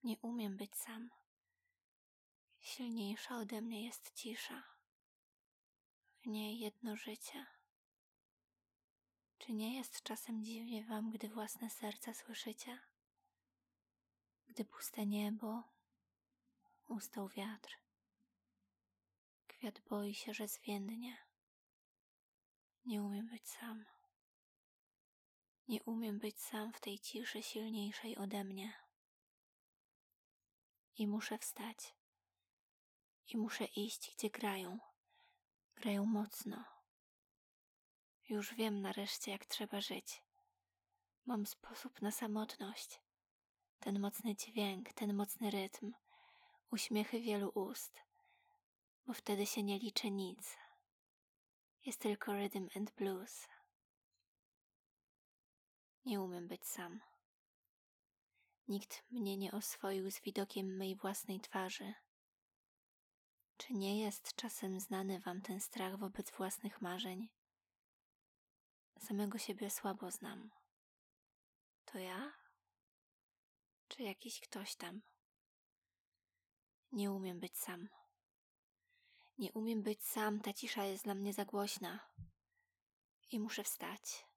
Nie umiem być sam. Silniejsza ode mnie jest cisza. W niej jedno życie. Czy nie jest czasem dziwnie wam, gdy własne serca słyszycie? Gdy puste niebo, ustał wiatr. Kwiat boi się, że zwiędnie. Nie umiem być sam. Nie umiem być sam w tej ciszy silniejszej ode mnie. I muszę wstać. I muszę iść, gdzie grają. Grają mocno. Już wiem nareszcie, jak trzeba żyć. Mam sposób na samotność. Ten mocny dźwięk, ten mocny rytm. Uśmiechy wielu ust. Bo wtedy się nie liczy nic. Jest tylko rhythm and blues. Nie umiem być sam. Nikt mnie nie oswoił z widokiem mej własnej twarzy. Czy nie jest czasem znany wam ten strach wobec własnych marzeń? Samego siebie słabo znam. To ja? Czy jakiś ktoś tam? Nie umiem być sam. Nie umiem być sam, ta cisza jest dla mnie za głośna. I muszę wstać.